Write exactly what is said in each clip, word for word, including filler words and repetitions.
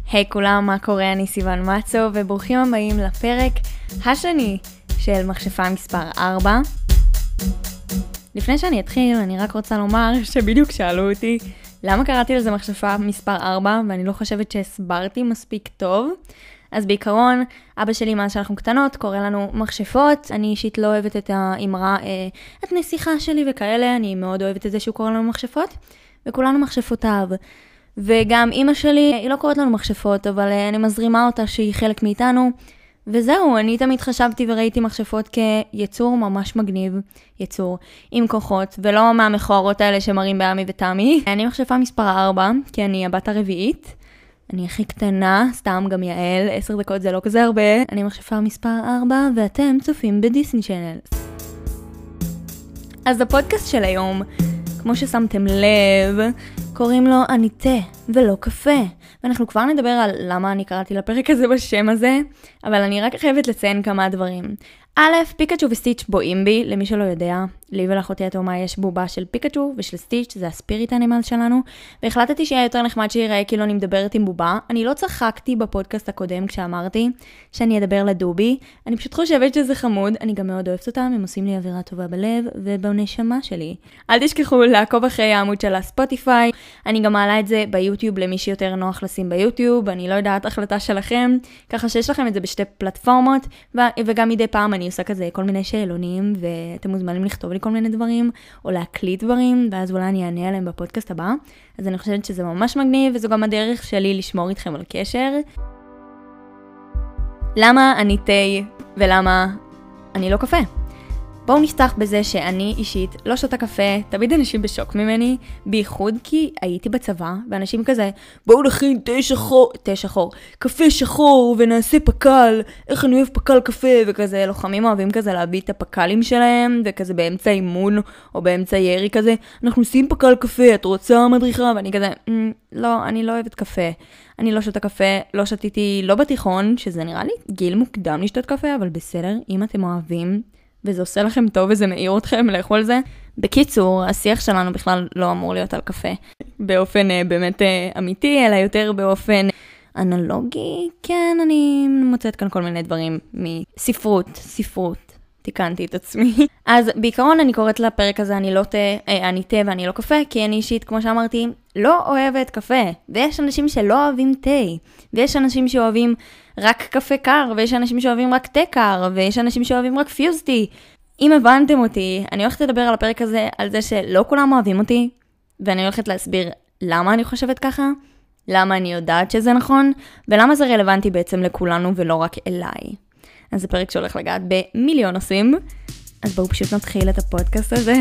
היי hey, כולם, מה קורה? אני סיוון מצו, וברוכים הבאים לפרק השני של מכשפה מספר ארבע. לפני שאני אתחיל, אני רק רוצה לומר שבדיוק שאלו אותי למה קראתי לזה מכשפה מספר ארבע, ואני לא חושבת שהסברתי מספיק טוב. אז בעיקרון, אבא שלי מאז שאנחנו קטנות קורא לנו מכשפות. אני אישית לא אוהבת את האמרה, אה, את נסיכה שלי וכאלה, אני מאוד אוהבת את זה שהוא קורא לנו מכשפות, וכולנו מכשפותיו. וגם אמא שלי, היא לא קוראת לנו מכשפות, אבל אני מזרימה אותה שהיא חלק מאיתנו. וזהו, אני תמיד חשבתי וראיתי מכשפות כיצור ממש מגניב, יצור עם כוחות, ולא מהמכוערות האלה שמראים בעמי ותמי. אני מכשפה מספר ארבע, כי אני הבת הרביעית. אני הכי קטנה, סתם גם יעל, עשר דקות זה לא כזה הרבה. אני מכשפה מספר ארבע, ואתם צופים בדיסני צ'אנל. אז הפודקאסט של היום, כמו ששמתם לב, קוראים לו אני תה ולא קפה. ואנחנו כבר נדבר על למה אני קראתי לפרק הזה בשם הזה, אבל אני רק חייבת לציין כמה דברים. א', פיקאצ'ו וסטיץ' בואים בי, למי שלא יודע, לי ולאחותי התאומה יש בובה של פיקאצ'ו ושל סטיץ', זה הספיריט אנימל שלנו, והחלטתי שיהיה יותר נחמד שיראה כאילו אני מדברת עם בובה. אני לא צחקתי בפודקאסט הקודם כשאמרתי שאני אדבר לדובי, אני פשוט חושבת שזה חמוד, אני גם מאוד אוהבת אותם, הם עושים לי אווירה טובה בלב ובנשמה שלי. אל תשכחו לעקוב אחרי העמוד של הספוטיפיי, אני גם מעלה את זה ביוטיוב למי שיותר נוח לשים ביוטיוב, אני לא יודעת, החלטה שלכם, ככה שיש לכם את זה בשתי פלטפורמות, ו- וגם מדי פעם אני עושה כזה כל מיני שאלונים, ואתם מוזמנים לכתוב לי כל מיני דברים, או להקליט דברים, ואז אולי אני אענה עליהם בפודקאסט הבא. אז אני חושבת שזה ממש מגניב, וזו גם הדרך שלי לשמור איתכם על קשר. למה אני תה ולמה אני לא קפה? בואו נפתח בזה שאני אישית לא שותה קפה, תמיד אנשים בשוק ממני, בייחוד כי הייתי בצבא, ואנשים כזה, בואו נכין תה שחור, תה שחור, קפה שחור ונעשה פקל, איך אני אוהב פקל קפה, וכזה לוחמים אוהבים כזה להביא את הפקלים שלהם, וכזה באמצע אימון או באמצע ירי כזה, אנחנו עושים פקל קפה, את רוצה מדריכה? ואני כזה, לא, אני לא אוהבת קפה. אני לא שותה קפה, לא שתיתי לא בתיכון, שזה נראה לי גיל מוקדם לשתות קפה, אבל בסדר, אם אתם אוהבים, וזה עושה לכם טוב וזה מעיר אתכם לאכול על זה. בקיצור, השיח שלנו בכלל לא אמור להיות על קפה. באופן uh, באמת uh, אמיתי, אלא יותר באופן אנלוגי. כן, אני מוצאת כאן כל מיני דברים מספרות, ספרות. תיקנתי את עצמי. אז בעיקרון אני קוראת לפרק הזה אני לא תה, אה, אני תה ואני לא קפה, כי אני אישית, כמו שאמרתי, לא אוהבת קפה. ויש אנשים שלא אוהבים תה. ויש אנשים שאוהבים רק קפה קר, ויש אנשים שאוהבים רק תה קר, ויש אנשים שאוהבים רק פיוזטי. אם הבנתם אותי, אני הולכת לדבר על הפרק הזה, על זה שלא כולם אוהבים אותי, ואני הולכת להסביר למה אני חושבת ככה, למה אני יודעת שזה נכון, ולמה זה רלוונטי בעצם לכולנו ולא רק אליי. אז זה פרק שהולך לגעת במיליון נושאים, אז בואו פשוט נתחיל את הפודקאסט הזה.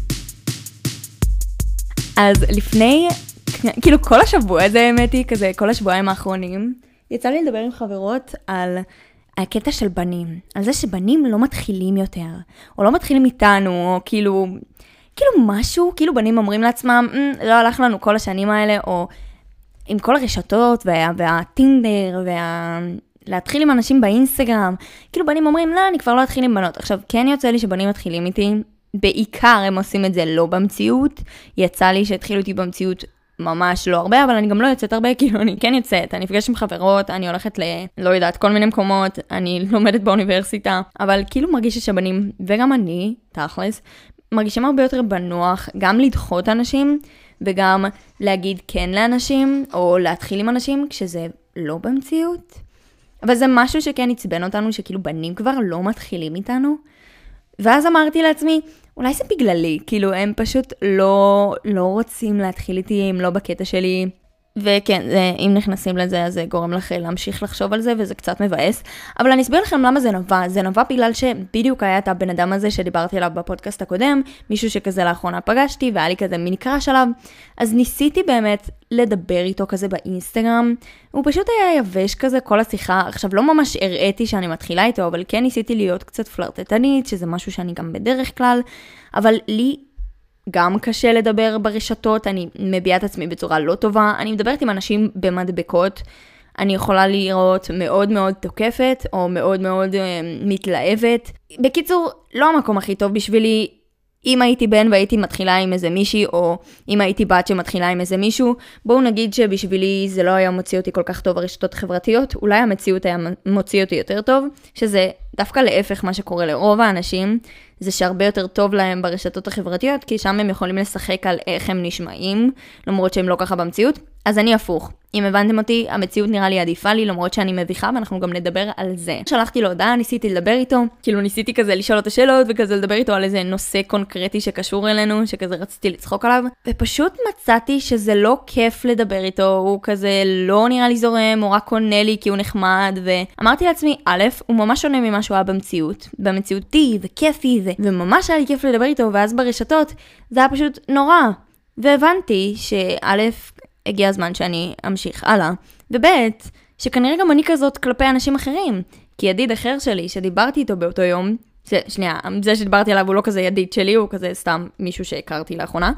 אז לפני, כאילו כל השבוע הזה האמת היא, כזה כל השבועיים האחרונים, יצא לי לדבר עם חברות על הקטע של בנים, על זה שבנים לא מתחילים יותר, או לא מתחילים איתנו, או כאילו, כאילו משהו, כאילו בנים אומרים לעצמם, לא הלך לנו כל השנים האלה, או עם כל הרשתות, וה, והטינדר, וה... להתחיל עם אנשים באינסטגרם, כאילו בנים אומרים, לא, אני כבר לא אתחיל עם בנות. עכשיו, כן יוצא לי שבנים מתחילים איתי, בעיקר הם עושים את זה לא במציאות, יצא לי שהתחילו איתי במציאות ממש לא הרבה, אבל אני גם לא יוצאת הרבה, כאילו אני כן יוצאת, אני נפגשת עם חברות, אני הולכת ל... לא יודעת, כל מיני מקומות, אני לומדת באוניברסיטה, אבל כאילו מרגישה שבנים, וגם אני, תכלס, מרגישים הרבה יותר בנוח, גם לדחות אנשים, וגם להגיד כן לאנשים, או להתחיל עם אנשים, כשזה לא במציאות. אבל זה משהו שכן עצבן אותנו, שכאילו בנים כבר לא מתחילים איתנו. ואז אמרתי לעצמי, אולי זה בגללי, כאילו הם פשוט לא, לא רוצים להתחיל איתי, הם לא בקטע שלי. וכן, זה, אם נכנסים לזה, אז זה גורם לך להמשיך לחשוב על זה, וזה קצת מבאס. אבל אני אסביר לכם למה זה נבע. זה נבע בגלל שבדיוק היה את הבן אדם הזה שדיברתי עליו בפודקאסט הקודם, מישהו שכזה לאחרונה פגשתי, והיה לי כזה מיני קראש עליו. אז ניסיתי באמת לדבר איתו כזה באינסטגרם. הוא פשוט היה יבש כזה כל השיחה. עכשיו, לא ממש הראיתי שאני מתחילה איתו, אבל כן ניסיתי להיות קצת פלרטטנית, שזה משהו שאני גם בדרך כלל. אבל לי... גם קשה לדבר ברשתות, אני מביאה את עצמי בצורה לא טובה, אני מדברת עם אנשים במדבקות, אני יכולה לראות מאוד מאוד תוקפת, או מאוד מאוד uh, מתלהבת. בקיצור, לא המקום הכי טוב בשבילי אם הייתי בן והייתי מתחילה עם איזה מישהי, או אם הייתי בת שמתחילה עם איזה מישהו, בואו נגיד שבשבילי זה לא היה מוציא אותי כל כך טוב ברשתות חברתיות, אולי המציאות היה מוציא אותי יותר טוב, שזה דווקא להפך מה שקורה לרוב האנשים, זה שהרבה יותר טוב להם ברשתות החברתיות, כי שם הם יכולים לשחק על איך הם נשמעים, למרות שהם לא ככה במציאות. אז אני הפוך. אם הבנתם אותי, המציאות נראה לי עדיפה לי, למרות שאני מביכה, ואנחנו גם נדבר על זה. שלחתי לו הודעה, ניסיתי לדבר איתו, כאילו ניסיתי כזה לשאול אותו שאלות, וכזה לדבר איתו על איזה נושא קונקרטי שקשור אלינו, שכזה רציתי לצחוק עליו, ופשוט מצאתי שזה לא כיף לדבר איתו, הוא כזה לא נראה לי זורם, הוא רק עונה לי כי הוא נחמד, ואמרתי לעצמי, א', הוא ממש שונה ממה שהוא היה במציאות, במציאותי וכיפי, ו... וממש היה לי כיף לדבר איתו, ואז ברשתות זה היה פשוט נורא. והבנתי שא', הגיע הזמן שאני אמשיך הלאה, וב' שכנראה גם אני כזאת כלפי אנשים אחרים, כי ידיד אחר שלי שדיברתי איתו באותו יום, ש... שנייה, זה שדיברתי עליו הוא לא כזה ידיד שלי, הוא כזה סתם מישהו שהכרתי לאחרונה,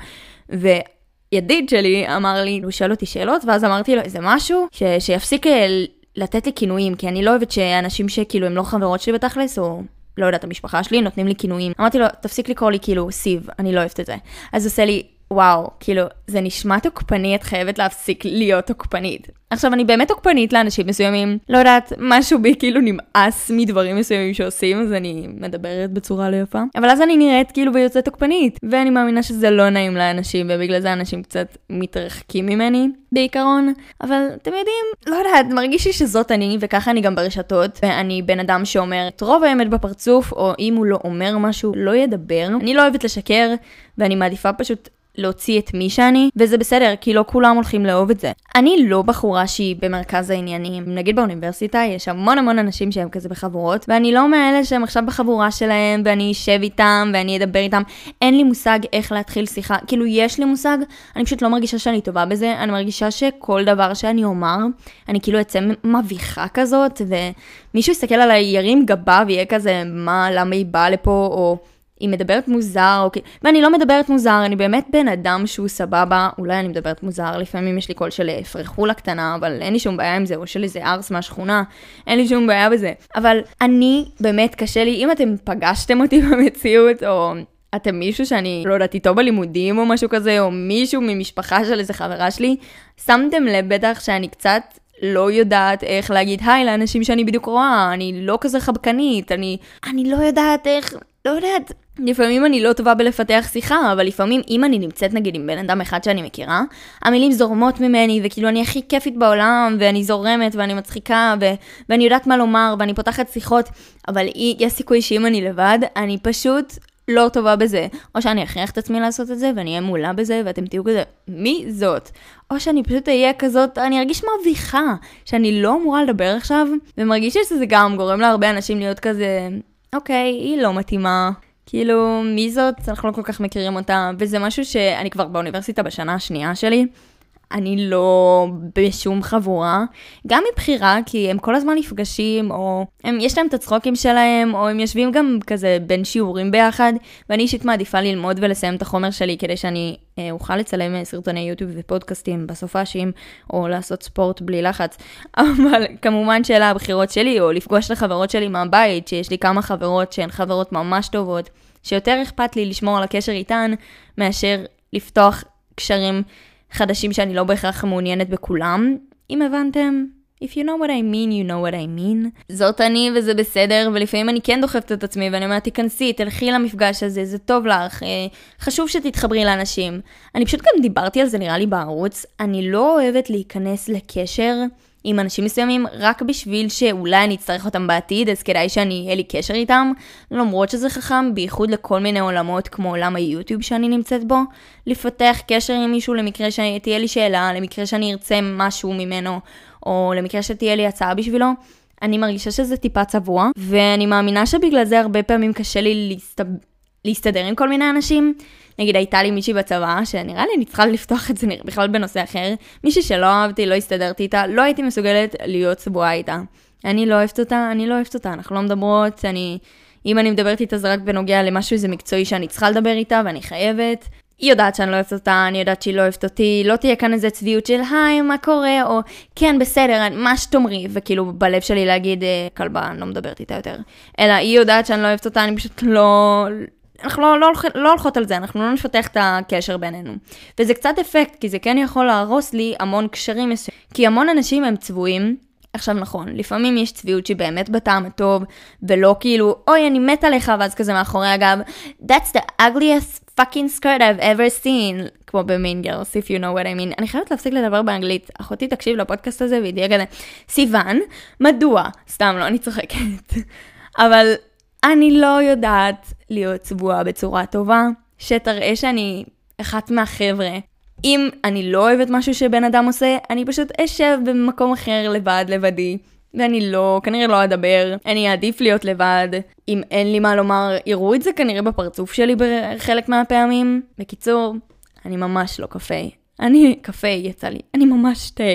וידיד שלי אמר לי, הוא שאל אותי שאלות, ואז אמרתי לו איזה משהו, ש... שיפסיק לתת לי כינויים, כי אני לא אוהבת שאנשים שכאילו הם לא חברות שלי בתכלס, או לא יודעת, המשפחה שלי, נותנים לי כינויים. אמרתי לו, תפסיק לקרוא לי כאילו סיב, אני לא אוהבת את זה. אז עושה לי, וואו, כאילו, זה נשמע תוקפני, את חייבת להפסיק להיות תוקפנית. עכשיו, אני באמת תוקפנית לאנשים מסוימים, לא יודעת, משהו בי כאילו נמאס מדברים מסוימים שעושים, אז אני מדברת בצורה לא יפה. אבל אז אני נראית כאילו ביוצאת תוקפנית, ואני מאמינה שזה לא נעים לאנשים, ובגלל זה אנשים קצת מתרחקים ממני, בעיקרון. אבל אתם יודעים, לא יודעת, מרגיש לי שזאת אני, וככה אני גם ברשתות, ואני בן אדם שאומר את רוב האמת בפרצוף, או אם הוא לא אומר משהו, לא ידבר. אני לא אוהבת לשקר, ואני מעדיפה פשוט להוציא את מי שאני, וזה בסדר, כי לא כולם הולכים לאהוב את זה. אני לא בחורה שהיא במרכז העניינים. נגיד באוניברסיטה יש המון המון אנשים שהם כזה בחבורות, ואני לא מאלה שהם עכשיו בחבורה שלהם, ואני אשב איתם, ואני אדבר איתם. אין לי מושג איך להתחיל שיחה. כאילו יש לי מושג, אני פשוט לא מרגישה שאני טובה בזה, אני מרגישה שכל דבר שאני אומר, אני כאילו אצא מביכה כזאת, ומישהו יסתכל עליי, ירים גבה, ויהיה כזה, מה, למה היא באה לפה, או היא מדברת מוזר, אוקיי. ואני לא מדברת מוזר, אני באמת בן אדם שהוא סבבה, אולי אני מדברת מוזר, לפעמים יש לי קול של פרחולה קטנה, אבל אין לי שום בעיה עם זה, או של איזה ארס מהשכונה, אין לי שום בעיה בזה. אבל אני באמת קשה לי, אם אתם פגשתם אותי במציאות, או אתם מישהו שאני לא יודעת איתו בלימודים או משהו כזה, או מישהו ממשפחה של איזה חברה שלי, שמתם לב בטח שאני קצת לא יודעת איך להגיד היי לאנשים שאני בדיוק רואה, אני לא כזה חבקנית, אני, אני לא יודעת איך, לא יודעת, לפעמים אני לא טובה בלפתח שיחה, אבל לפעמים אם אני נמצאת נגיד עם בן אדם אחד שאני מכירה, המילים זורמות ממני, וכאילו אני הכי כיפית בעולם, ואני זורמת, ואני מצחיקה, ו- ואני יודעת מה לומר, ואני פותחת שיחות, אבל יש סיכוי שאם אני לבד, אני פשוט לא טובה בזה. או שאני אכריח את עצמי לעשות את זה, ואני אהיה מעולה בזה, ואתם תהיו כזה, מי זאת? או שאני פשוט אהיה כזאת, אני ארגיש מביכה, שאני לא אמורה לדבר עכשיו, ומרגיש שזה גם גורם להרבה אנשים להיות כזה, אוקיי, היא לא מתאימה. כאילו, מי זאת? אנחנו לא כל כך מכירים אותה, וזה משהו שאני כבר באוניברסיטה בשנה השנייה שלי, אני לא בשום חבורה, גם מבחירה, כי הם כל הזמן נפגשים, או הם, יש להם את הצחוקים שלהם, או הם יושבים גם כזה בין שיעורים ביחד, ואני אישית מעדיפה ללמוד ולסיים את החומר שלי, כדי שאני אה, אוכל לצלם סרטוני יוטיוב ופודקאסטים בסופאשים, או לעשות ספורט בלי לחץ, אבל כמובן שאלה הבחירות שלי, או לפגוש את החברות שלי מהבית, שיש לי כמה חברות שהן חברות ממש טובות, שיותר אכפת לי לשמור על הקשר איתן, מאשר לפתוח קשרים חדשים שאני לא בהכרח מעוניינת בכולם. אם הבנתם, if you know what I mean, you know what I mean. זאת אני וזה בסדר, ולפעמים אני כן דוחפת את עצמי, ואני אומרת, תיכנסי, תלכי למפגש הזה, זה טוב לך, חשוב שתתחברי לאנשים. אני פשוט גם דיברתי על זה נראה לי בערוץ, אני לא אוהבת להיכנס לקשר עם אנשים מסוימים, רק בשביל שאולי אני אצטרך אותם בעתיד, אז כדאי שאני אהיה לי קשר איתם, למרות שזה חכם, בייחוד לכל מיני עולמות, כמו עולם היוטיוב שאני נמצאת בו, לפתח קשר עם מישהו למקרה שתהיה לי שאלה, למקרה שאני ארצה משהו ממנו, או למקרה שתהיה לי הצעה בשבילו. אני מרגישה שזה טיפה צבוע, ואני מאמינה שבגלל זה הרבה פעמים קשה לי להסתב... להסתדר עם כל מיני אנשים. נגיד, הייתה לי מישהי בצבא, שנראה לי אני צריכה לפתוח את זה בכלל בנושא אחר, מישהי שלא אהבתי, לא הסתדרתי איתה, לא הייתי מסוגלת להיות צבועה איתה. אני לא אוהבת אותה, אני לא אוהבת אותה, אנחנו לא מדברות, אני, אם אני מדברת איתה זה רק בנוגע למשהו איזה מקצועי שאני צריכה לדבר איתה, ואני חייבת. היא יודעת שאני לא אוהבת אותה, אני יודעת שהיא לא אוהבת אותי, לא תהיה כאן איזה צביעות של היי, מה קורה, או כן, בסדר, מה שתאמרי, וכאילו בלב שלי להגיד, כלבה, אני לא מדברת איתה יותר. אלא היא יודעת שאני לא אוהבת אותה, אני פשוט לא... אנחנו לא, לא, הולכות, לא הולכות על זה, אנחנו לא נפתח את הקשר בינינו. וזה קצת אפקט, כי זה כן יכול להרוס לי המון קשרים מסוים. כי המון אנשים הם צבועים. עכשיו נכון, לפעמים יש צביעות שהיא באמת בטעם הטוב, ולא כאילו, אוי, אני מת עליך, ואז כזה מאחורי הגב, that's the ugliest fucking skirt I've ever seen, כמו ב-Mean Girls, if you know what I mean. אני חייבת להפסיק לדבר באנגלית. אחותי תקשיב לפודקאסט הזה, והיא תהיה כזה, סיוון, מדוע? סתם לא, אני צוחקת. אבל אני לא יודעת להיות צבועה בצורה טובה, שתראה שאני אחת מהחבר'ה. אם אני לא אוהבת משהו שבן אדם עושה, אני פשוט אשב במקום אחר לבד, לבדי. ואני לא, כנראה לא אדבר. אני אעדיף להיות לבד. אם אין לי מה לומר, יראו את זה כנראה בפרצוף שלי בחלק מהפעמים. בקיצור, אני ממש לא קפה. אני, קפה יצא לי. אני ממש תה.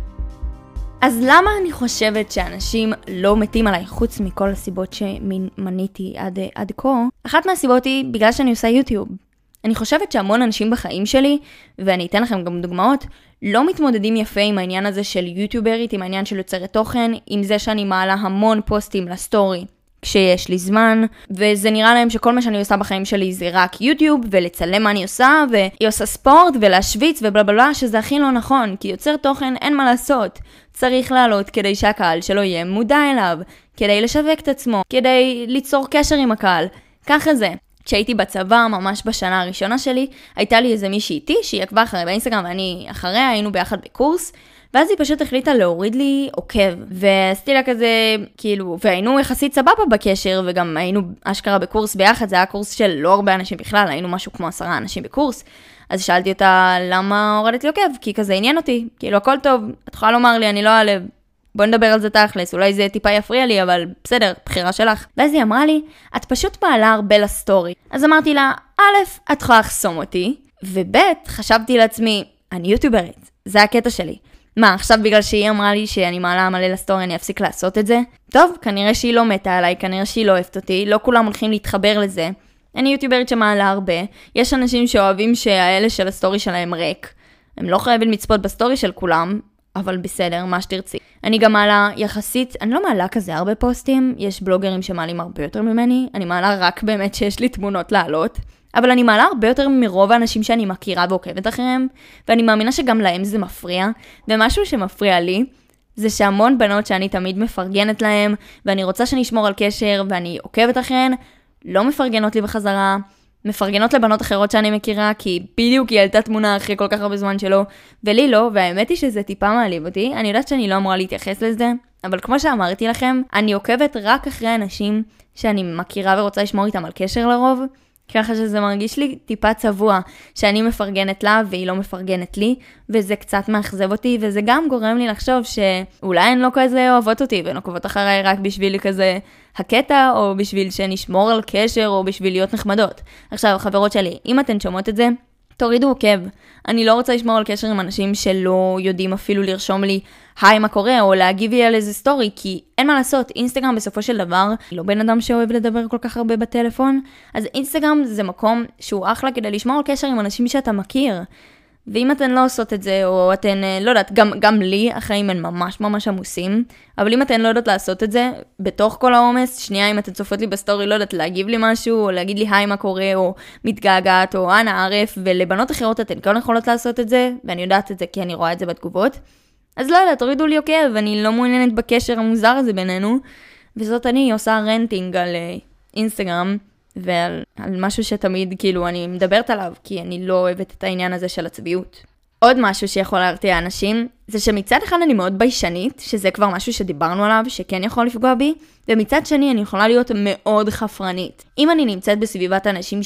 אז למה אני חושבת שאנשים לא מתים עליי, חוץ מכל הסיבות שמניתי עד, עד כה? אחת מהסיבות היא בגלל שאני עושה יוטיוב. אני חושבת שהמון אנשים בחיים שלי, ואני אתן לכם גם דוגמאות, לא מתמודדים יפה עם העניין הזה של יוטיוברית, עם העניין של יוצרת תוכן, עם זה שאני מעלה המון פוסטים לסטורי כשיש לי זמן, וזה נראה להם שכל מה שאני עושה בחיים שלי זה רק יוטיוב, ולצלם מה אני עושה, והיא עושה ספורט, ולהשוויץ, ובלבלה, שזה הכי לא נכון, כי יוצר תוכן אין מה לעשות. צריך לעלות כדי שהקהל שלו יהיה מודע אליו, כדי לשווק את עצמו, כדי ליצור קשר עם הקהל. ככה זה. כשהייתי בצבא, ממש בשנה הראשונה שלי, הייתה לי איזה מישהי איתי, שהיא עקבה אחרי באינסטגרם, ואני אחריה, היינו ביחד בקורס, ואז היא פשוט החליטה להוריד לי עוקב, ועשיתי לה כזה, כאילו, והיינו יחסית סבבה בקשר, וגם היינו אשכרה בקורס ביחד, זה היה קורס של לא הרבה אנשים בכלל, היינו משהו כמו עשרה אנשים בקורס, אז שאלתי אותה, למה הורדת לי עוקב? כי כזה עניין אותי, כאילו, הכל טוב, את יכולה לומר לי, אני לא אעלב, בוא נדבר על זה תכלס, אולי זה טיפה יפריע לי, אבל בסדר, בחירה שלך. ואז היא אמרה לי, את פשוט מעלה הרבה לסטורי. אז אמרתי לה, א', את יכולה לחסום אותי, וב', חשבתי לעצמי, אני יוטיוברית, זה הקטע שלי. מה, עכשיו בגלל שהיא אמרה לי שאני מעלה מלא לסטורי, אני אפסיק לעשות את זה? טוב, כנראה שהיא לא מתה עליי, כנראה שהיא לא אוהבת אותי, לא כולם הולכים להתחבר לזה. אני יוטיוברית שמעלה הרבה, יש אנשים שאוהבים שהאלה של הסטורי שלהם ריק. הם לא חייבים לצפות בסטורי של כולם, אבל בסדר, מה שתרצי. אני גם מעלה יחסית, אני לא מעלה כזה הרבה פוסטים, יש בלוגרים שמעלים הרבה יותר ממני, אני מעלה רק באמת שיש לי תמונות לעלות, אבל אני מעלה הרבה יותר מרוב האנשים שאני מכירה ועוקבת אחריהם, ואני מאמינה שגם להם זה מפריע, ומשהו שמפריע לי, זה שהמון בנות שאני תמיד מפרגנת להם, ואני רוצה שנשמור על קשר, ואני עוקבת אחריהן, לא מפרגנות לי בחזרה, מפרגנות לבנות אחרות שאני מכירה, כי בדיוק היא העלתה תמונה אחרי כל כך הרבה זמן שלו, ולי לא, והאמת היא שזה טיפה מעליב אותי, אני יודעת שאני לא אמורה להתייחס לזה, אבל כמו שאמרתי לכם, אני עוקבת רק אחרי אנשים שאני מכירה ורוצה לשמור איתם על קשר לרוב, ככה שזה מרגיש לי טיפה צבוע, שאני מפרגנת לה והיא לא מפרגנת לי, וזה קצת מאכזב אותי, וזה גם גורם לי לחשוב שאולי הן לא כזה אוהבות אותי, והן עוקבות אחריי רק בשביל כזה הקטע, או בשביל שנשמור על קשר, או בשביל להיות נחמדות. עכשיו, חברות שלי, אם אתן שומעות את זה, תורידו עוקב. אני לא רוצה לשמור על קשר עם אנשים שלא יודעים אפילו לרשום לי היי מה קורה, או להגיב לי על איזה סטורי, כי אין מה לעשות, אינסטגרם בסופו של דבר, לא בן אדם שאוהב לדבר כל כך הרבה בטלפון, אז אינסטגרם זה מקום שהוא אחלה כדי לשמור על קשר עם אנשים שאתה מכיר. ואם אתן לא עושות את זה, או אתן, לא יודעת, גם, גם לי, החיים הם ממש ממש עמוסים, אבל אם אתן לא יודעת לעשות את זה, בתוך כל העומס, שנייה אם אתן צופות לי בסטורי, לא יודעת להגיב לי משהו, או להגיד לי היי מה קורה, או מתגעגעת, או אנה ערף, ולבנות אחרות אתן כן יכולות לעשות את זה, ואני יודעת את זה כי אני רואה את זה בתגובות, אז לא יודעת, תורידו לי עוקב, ואני לא מעוניינת בקשר המוזר הזה בינינו, וזאת אני עושה רנטינג על אינסטגרם, ועל על משהו שתמיד כאילו אני מדברת עליו, כי אני לא אוהבת את העניין הזה של הצביעות. עוד משהו שיכול להרתיע אנשים, זה שמצד אחד אני מאוד ביישנית, שזה כבר משהו שדיברנו עליו, שכן יכול לפגוע בי, ומצד שני אני יכולה להיות מאוד חפרנית. אם אני נמצאת בסביבת אנשים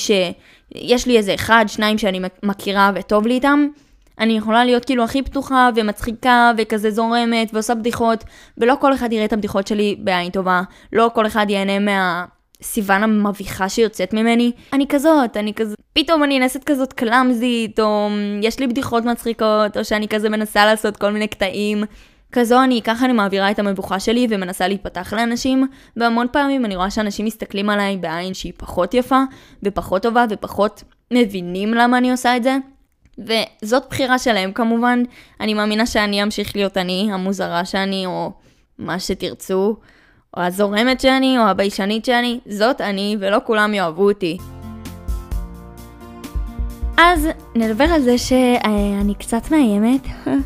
שיש לי איזה אחד, שניים שאני מכירה וטוב לי איתם, אני יכולה להיות כאילו הכי פתוחה ומצחיקה וכזה זורמת ועושה בדיחות, ולא כל אחד יראה את הבדיחות שלי בעין טובה, לא כל אחד ייהנה מה... סיוון המביכה שיוצאת ממני, אני כזאת, אני כזאת, פתאום אני נסת כזאת קלאמזית, או יש לי בדיחות מצחיקות, או שאני כזה מנסה לעשות כל מיני קטעים, כזו אני, ככה אני מעבירה את המבוכה שלי, ומנסה להתפתח לאנשים, והמון פעמים אני רואה שאנשים מסתכלים עליי בעין שהיא פחות יפה, ופחות טובה, ופחות מבינים למה אני עושה את זה, וזאת בחירה שלהם כמובן, אני מאמינה שאני אמשיך להיות אני, המוזרה שאני, או מה שתרצו, או הזורמת שאני, או הביישנית שאני, זאת אני, ולא כולם יאהבו אותי. אז נדבר על זה שאני קצת מאיימת.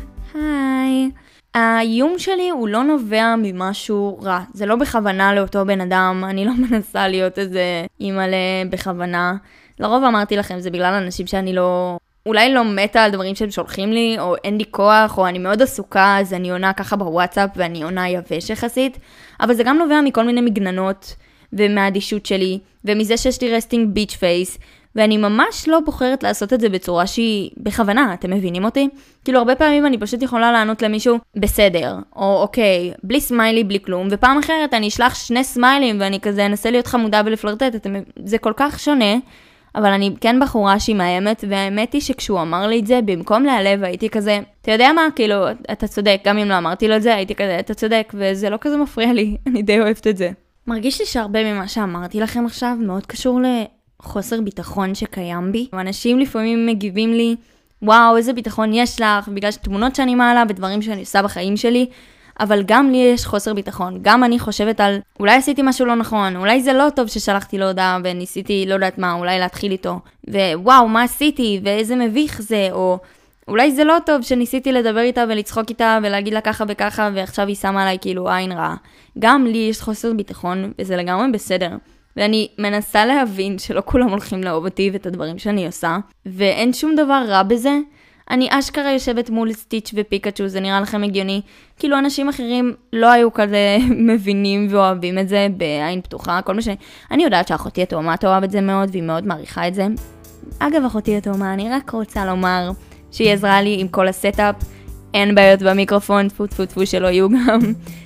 היי. האיום שלי הוא לא נובע ממשהו רע. זה לא בכוונה לאותו בן אדם. אני לא מנסה להיות איזה אימא'לה בכוונה. לרוב אמרתי לכם, זה בגלל אנשים שאני לא... אולי לא מתה על דברים שהם שולחים לי, או אין לי כוח, או אני מאוד עסוקה, אז אני עונה ככה בוואטסאפ, ואני עונה יבש יחסית. אבל זה גם נובע מכל מיני מגננות, ומהאדישות שלי, ומזה שיש לי רסטינג ביץ' פייס, ואני ממש לא בוחרת לעשות את זה בצורה שהיא בכוונה, אתם מבינים אותי? כאילו הרבה פעמים אני פשוט יכולה לענות למישהו בסדר, או אוקיי, בלי סמיילי, בלי כלום, ופעם אחרת אני אשלח שני סמיילים, ואני כזה אנסה להיות חמודה ולפלרטט, אתם... זה כל כך שונה, אבל אני כן בחורה שהיא מאיימת, והאמת היא שכשהוא אמר לי את זה, במקום להיעלב הייתי כזה, אתה יודע מה? כאילו, אתה צודק, גם אם לא אמרתי לו את זה, הייתי כזה, אתה צודק, וזה לא כזה מפריע לי, אני די אוהבת את זה. מרגיש לי שהרבה ממה שאמרתי לכם עכשיו מאוד קשור לחוסר ביטחון שקיים בי. אנשים לפעמים מגיבים לי, וואו, איזה ביטחון יש לך, בגלל שתמונות שאני מעלה ודברים שאני עושה בחיים שלי, אבל גם לי יש חוסר ביטחון. גם אני חושבת על, אולי עשיתי משהו לא נכון, אולי זה לא טוב ששלחתי לו הודעה וניסיתי, לא יודעת מה, אולי להתחיל איתו. ווואו, מה עשיתי ואיזה מביך זה, או אולי זה לא טוב שניסיתי לדבר איתה ולצחוק איתה ולהגיד לה ככה וככה, ועכשיו היא שמה עליי כאילו עין רעה. גם לי יש חוסר ביטחון, וזה לגמרי בסדר. ואני מנסה להבין שלא כולם הולכים לאהוב אותי ואת הדברים שאני עושה, ואין שום דבר רע בזה. אני אשכרה יושבת מול סטיץ' ופיקאצ'ו, זה נראה לכם הגיוני. כאילו אנשים אחרים לא היו כזה מבינים ואוהבים את זה בעין פתוחה, כל מה ש... אני יודעת שאחותי התאומה תאהב את זה מאוד, והיא מאוד מעריכה את זה. אגב, אחותי התאומה, אני רק רוצה לומר שהיא עזרה לי עם כל הסטאפ, אין בעיות במיקרופון, טפו טפו טפו שלא יהיו גם.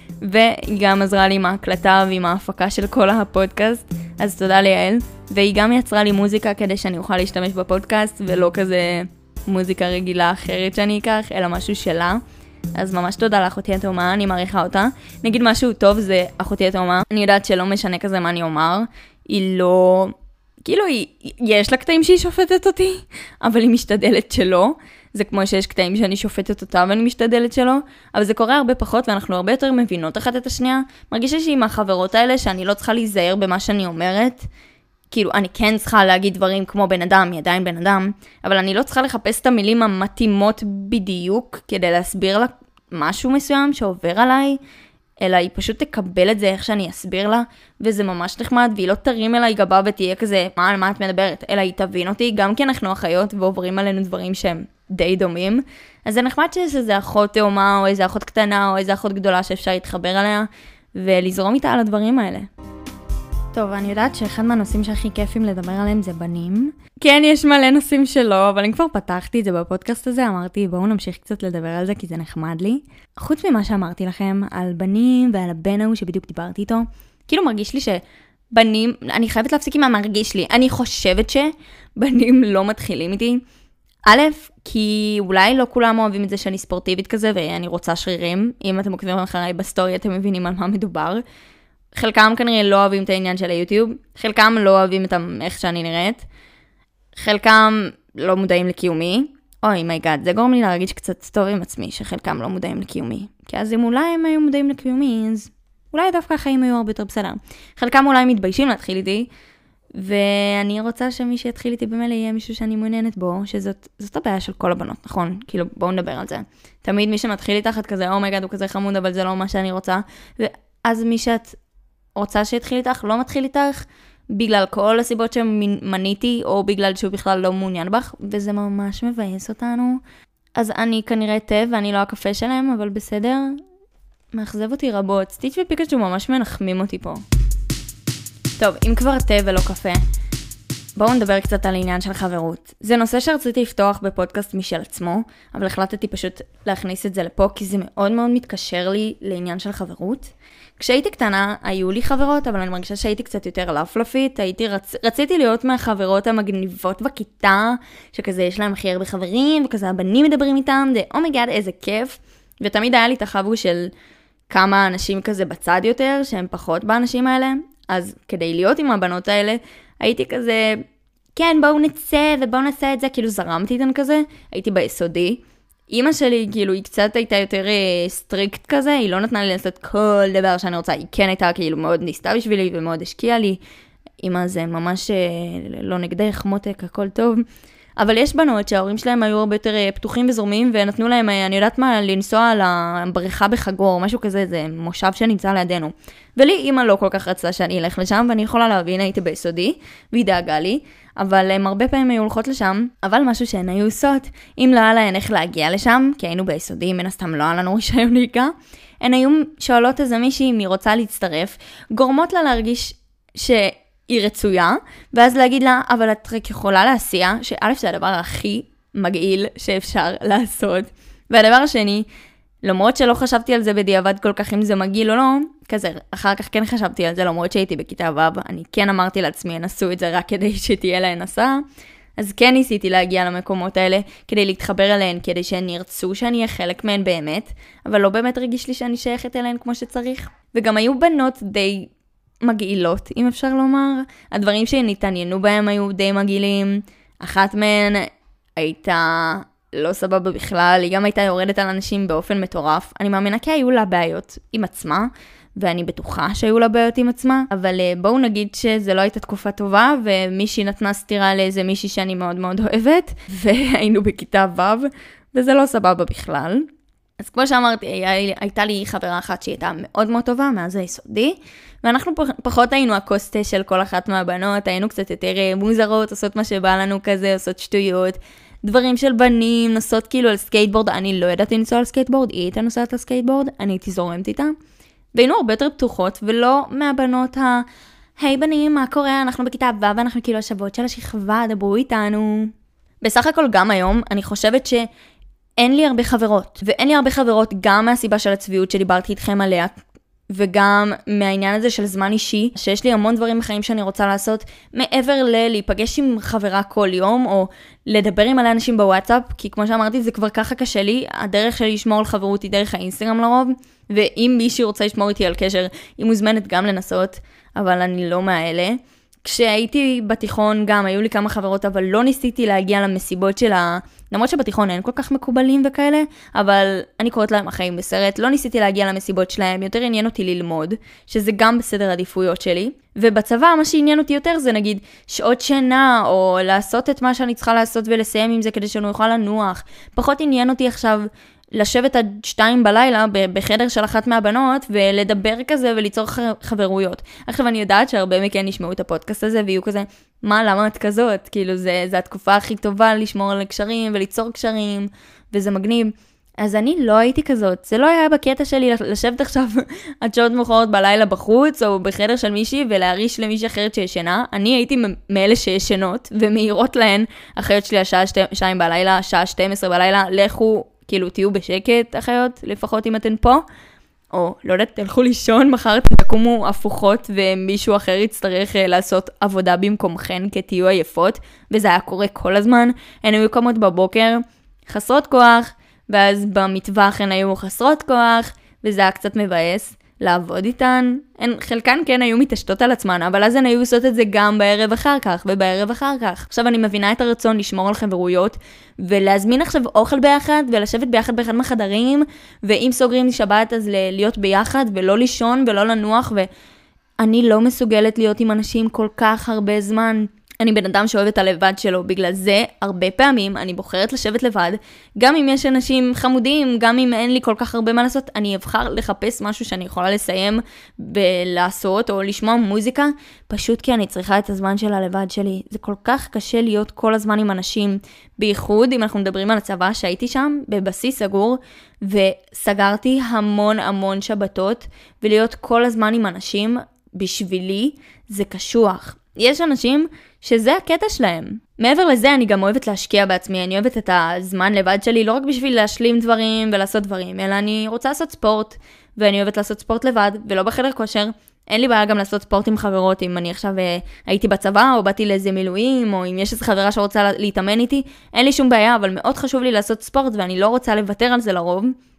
והיא גם עזרה לי עם ההקלטה ועם ההפקה של כל הפודקאסט, אז תודה ליעל. והיא גם יצרה לי מוזיקה כדי שאני אוכל להשתמש בפודקאסט, ולא כזה מוזיקה רגילה אחרת שאני אקח, אלא משהו שלה. אז ממש תודה לאחותי התאומה, אני מעריכה אותה. נגיד משהו טוב זה אחותי התאומה, אני יודעת שלא משנה כזה מה אני אומר, היא לא... כאילו, היא... יש לה קטעים שהיא שופטת אותי, אבל היא משתדלת שלא. זה כמו שיש קטעים שאני שופטת אותה ואני משתדלת שלו, אבל זה קורה הרבה פחות ואנחנו הרבה יותר מבינות אחת את השנייה. מרגישה שהיא מהחברות האלה שאני לא צריכה להיזהר במה שאני אומרת. כאילו, אני כן צריכה להגיד דברים כמו בן אדם, היא עדיין בן אדם, אבל אני לא צריכה לחפש את המילים המתאימות בדיוק כדי להסביר לה משהו מסוים שעובר עליי, אלא היא פשוט תקבל את זה איך שאני אסביר לה, וזה ממש נחמד, והיא לא תרים אליי גבה ותהיה כזה, מה, על מה את מדברת? אלא היא תבין אותי, גם כי אנחנו אחיות ועוברים עלינו דברים שהם די דומים. אז זה נחמד שיש איזה אחות תאומה, או איזה אחות קטנה, או איזה אחות גדולה שאפשר להתחבר עליה, ולזרום איתה על הדברים האלה. טוב, אני יודעת שאחד מהנושאים שהכי כיפים לדבר עליהם זה בנים. כן, יש מלא נושאים שלא, אבל אני כבר פתחתי את זה בפודקאסט הזה, אמרתי בואו נמשיך קצת לדבר על זה כי זה נחמד לי. חוץ ממה שאמרתי לכם על בנים ועל הבן ההוא שבדיוק דיברתי איתו, כאילו מרגיש לי שבנים, אני חייבת להפסיק עם מה מרגיש לי, אני חושבת שבנים לא מתחילים איתי. א', כי אולי לא כולם אוהבים את זה שאני ספורטיבית כזה ואני רוצה שרירים, אם אתם עוקבים אחריי בסטורי אתם מבינים על מה מדובר. חלקם כנראה לא אוהבים את העניין של היוטיוב, חלקם לא אוהבים את איך שאני נראית, חלקם לא מודעים לקיומי, אוי מי גאד, זה גורם לי להרגיש קצת טוב עם עצמי, שחלקם לא מודעים לקיומי, כי אז אם אולי הם היו מודעים לקיומי, אז אולי דווקא החיים היו הרבה יותר בסדר. חלקם אולי מתביישים להתחיל איתי, ואני רוצה שמי שיתחיל איתי במילא יהיה מישהו שאני מעוניינת בו, שזאת זאת הבעיה של כל הבנות, נכון? כאילו בואו נדבר על זה. תמיד מי שמתחיל איתך את כזה, אוי מי גאד, הוא כזה חמוד, אבל זה לא מה שאני רוצה, ואז מי שאת רוצה שיתחיל איתך, לא מתחיל איתך, בגלל כל הסיבות שמניתי, או בגלל שהוא בכלל לא מעוניין בך, וזה ממש מבאס אותנו. אז אני כנראה תה, ואני לא הקפה שלהם, אבל בסדר, מאכזב אותי רבות. סטיץ' ופיקאצ'ו ממש מנחמים אותי פה. טוב, אם כבר תה ולא קפה, בואו נדבר קצת על העניין של חברות. זה נושא שרציתי לפתוח בפודקאסט משל עצמו, אבל החלטתי פשוט להכניס את זה לפה, כי זה מאוד מאוד מתקשר לי לעניין של חברות. כשהייתי קטנה, היו לי חברות, אבל אני מרגישה שהייתי קצת יותר לפלפית, הייתי רצ... רציתי להיות מהחברות המגניבות בכיתה, שכזה יש להם הכי הרבה חברים, וכזה הבנים מדברים איתם, זה אומייגאד, איזה כיף. ותמיד היה לי את החבו של כמה אנשים כזה בצד יותר, שהם פחות באנשים האלה. אז כדי להיות עם הבנות האלה, הייתי כזה, כן, בואו נצא ובואו נעשה את זה, כאילו זרמתי איתן כזה, הייתי ביסודי. אמא שלי, כאילו, היא קצת הייתה יותר סטריקט כזה, היא לא נתנה לי לעשות כל דבר שאני רוצה, היא כן הייתה כאילו מאוד ניסתה בשבילי ומאוד השקיעה לי. אמא זה ממש לא נגדך, מותק, הכל טוב. אבל יש בנות שההורים שלהם היו הרבה יותר פתוחים וזורמים, ונתנו להם, אני יודעת מה, לנסוע לבריכה בחגור, משהו כזה, זה מושב שנמצא לידינו. ולי אמא לא כל כך רצתה שאני אלך לשם, ואני יכולה להבין, הייתי ביסודי, והיא דאגה לי, אבל הם הרבה פעמים היו הולכות לשם, אבל משהו שהן היו עושות, אם לא היה להן איך להגיע לשם, כי היינו ביסודי, מן הסתם לא היה לנו רישיון נהיגה, הן היו שואלות איזה מישהי אם היא רוצה להצטרף, גורמות לה להרגיש שהיא רצויה, ואז להגיד לה, אבל את רק יכולה להסיע, שא' זה הדבר הכי מגעיל שאפשר לעשות. והדבר השני, למרות שלא חשבתי על זה בדיעבד כל כך אם זה מגעיל או לא, כזה, אחר כך כן חשבתי על זה, למרות שהייתי בכיתה ו', אני כן אמרתי לעצמי, הם עשו את זה רק כדי שתהיה להן הסעה, אז כן ניסיתי להגיע למקומות האלה, כדי להתחבר אליהן, כדי שהן ירצו שאני אהיה חלק מהן באמת, אבל לא באמת רגיש לי שאני שייכת אליהן כמו שצריך. וגם היו בנות די מגעילות, אם אפשר לומר. הדברים שהן התעניינו בהם היו די מגעילים. אחת מהן הייתה לא סבבה בכלל, היא גם הייתה יורדת על אנשים באופן מטורף. אני מאמינה כי היו לה בעיות עם עצמה, ואני בטוחה שהיו לה בעיות עם עצמה, אבל בואו נגיד שזה לא הייתה תקופה טובה, ומישהי נתנה סתירה לאיזה מישהי שאני מאוד מאוד אוהבת, והיינו בכיתה ו', וזה לא סבבה בכלל. אז כמו שאמרתי, הייתה לי חברה אחת שהיא הייתה מאוד מאוד טובה, מאז היסודי, ואנחנו פחות היינו הקוסטה של כל אחת מהבנות, היינו קצת יותר מוזרות, עושות מה שבא לנו כזה, עושות שטויות, דברים של בנים, נוסעות כאילו על סקייטבורד, אני לא ידעתי לנסוע על סקייטבורד, היא הייתה נוסעת על סקייטבורד, אני הייתי זורמת איתה, והיינו הרבה יותר פתוחות, ולא מהבנות ה... היי בנים, מה קורה? אנחנו בכיתה ו' ואנחנו כאילו השוות של השכבה, דברו איתנו. בסך הכל גם היום, אני חושבת שאין לי הרבה חברות, ואין לי הרבה חברות גם מהסיבה של הצביעות שדיברתי איתכם עליה, וגם מהעניין הזה של זמן אישי, שיש לי המון דברים בחיים שאני רוצה לעשות, מעבר ללהיפגש עם חברה כל יום, או לדבר עם מלא אנשים בוואטסאפ, כי כמו שאמרתי, זה כבר ככה קשה לי, הדרך שלי לשמור על חברות היא דרך האינסטגרם לרוב, ואם מישהי רוצה לשמור איתי על קשר, היא מוזמנת גם לנסות, אבל אני לא מהאלה. כשהייתי בתיכון גם, היו לי כמה חברות, אבל לא ניסיתי להגיע למסיבות של ה... למרות שבתיכון אין כל כך מקובלים וכאלה, אבל אני קוראת להם החיים בסרט, לא ניסיתי להגיע למסיבות שלהם, יותר עניין אותי ללמוד, שזה גם בסדר עדיפויות שלי. ובצבא, מה שעניין אותי יותר זה נגיד שעות שינה, או לעשות את מה שאני צריכה לעשות ולסיים עם זה כדי שאני אוכל לנוח. פחות עניין אותי עכשיו לשבת עד שתיים בלילה בחדר של אחת מהבנות, ולדבר כזה וליצור חברויות. עכשיו אני יודעת שהרבה מכן נשמעו את הפודקאסט הזה, ויהיו כזה, מה, למה את כזאת? כאילו זה, זה התקופה הכי טובה לשמור על קשרים וליצור קשרים, וזה מגניב. אז אני לא הייתי כזאת. זה לא היה בקטע שלי לשבת עכשיו עד שעות מאוחרות בלילה בחוץ, או בחדר של מישהי, ולהריש למישהי אחרת שישנה. אני הייתי מאלה שישנות, ומהירות להן, אחרת שלי השעה שתיים בלילה, השעה שתים עשרה בלילה, לכו, כאילו תהיו בשקט, אחיות, לפחות אם אתן פה. או, לא יודעת, תלכו לישון, מחר תקומו הפוכות, ומישהו אחר יצטרך לעשות עבודה במקומכן, כי תהיו עייפות, וזה היה קורה כל הזמן. הן היו קמות בבוקר, חסרות כוח, ואז במטווח הן היו חסרות כוח, וזה היה קצת מבאס לעבוד איתן. הן, חלקן כן היו מתעשתות על עצמן, אבל אז הן היו עושות את זה גם בערב אחר כך, ובערב אחר כך. עכשיו אני מבינה את הרצון לשמור על חברויות, ולהזמין עכשיו אוכל ביחד, ולשבת ביחד באחד מהחדרים, ואם סוגרים שבת אז להיות ביחד, ולא לישון ולא לנוח, ואני לא מסוגלת להיות עם אנשים כל כך הרבה זמן. אני בן אדם שאוהב את הלבד שלו, בגלל זה הרבה פעמים אני בוחרת לשבת לבד, גם אם יש אנשים חמודים, גם אם אין לי כל כך הרבה מה לעשות, אני אבחר לחפש משהו שאני יכולה לסיים ולעשות, או לשמוע מוזיקה, פשוט כי אני צריכה את הזמן של הלבד שלי. זה כל כך קשה להיות כל הזמן עם אנשים, בייחוד אם אנחנו מדברים על הצבא שהייתי שם, בבסיס סגור, וסגרתי המון המון שבתות, ולהיות כל הזמן עם אנשים, בשבילי זה קשוח. יש אנשים שזה הקטע שלהם. מעבר לזה אני גם אוהבת להשקיע בעצמי, אני אוהבת את הזמן לבד שלי, לא רק בשביל להשלים דברים ולעשות דברים, אלא אני רוצה לעשות ספורט, ואני אוהבת לעשות ספורט לבד, ולא בחדר כושר. אין לי בעיה גם לעשות ספורט עם חברות, אם אני עכשיו הייתי בצבא, או באתי לאיזה מילואים, או אם יש איזו חברה שרוצה להתאמן איתי, אין לי שום בעיה, אבל מאוד חשוב לי לעשות ספורט, ואני לא רוצה לוותר על זה לרוב,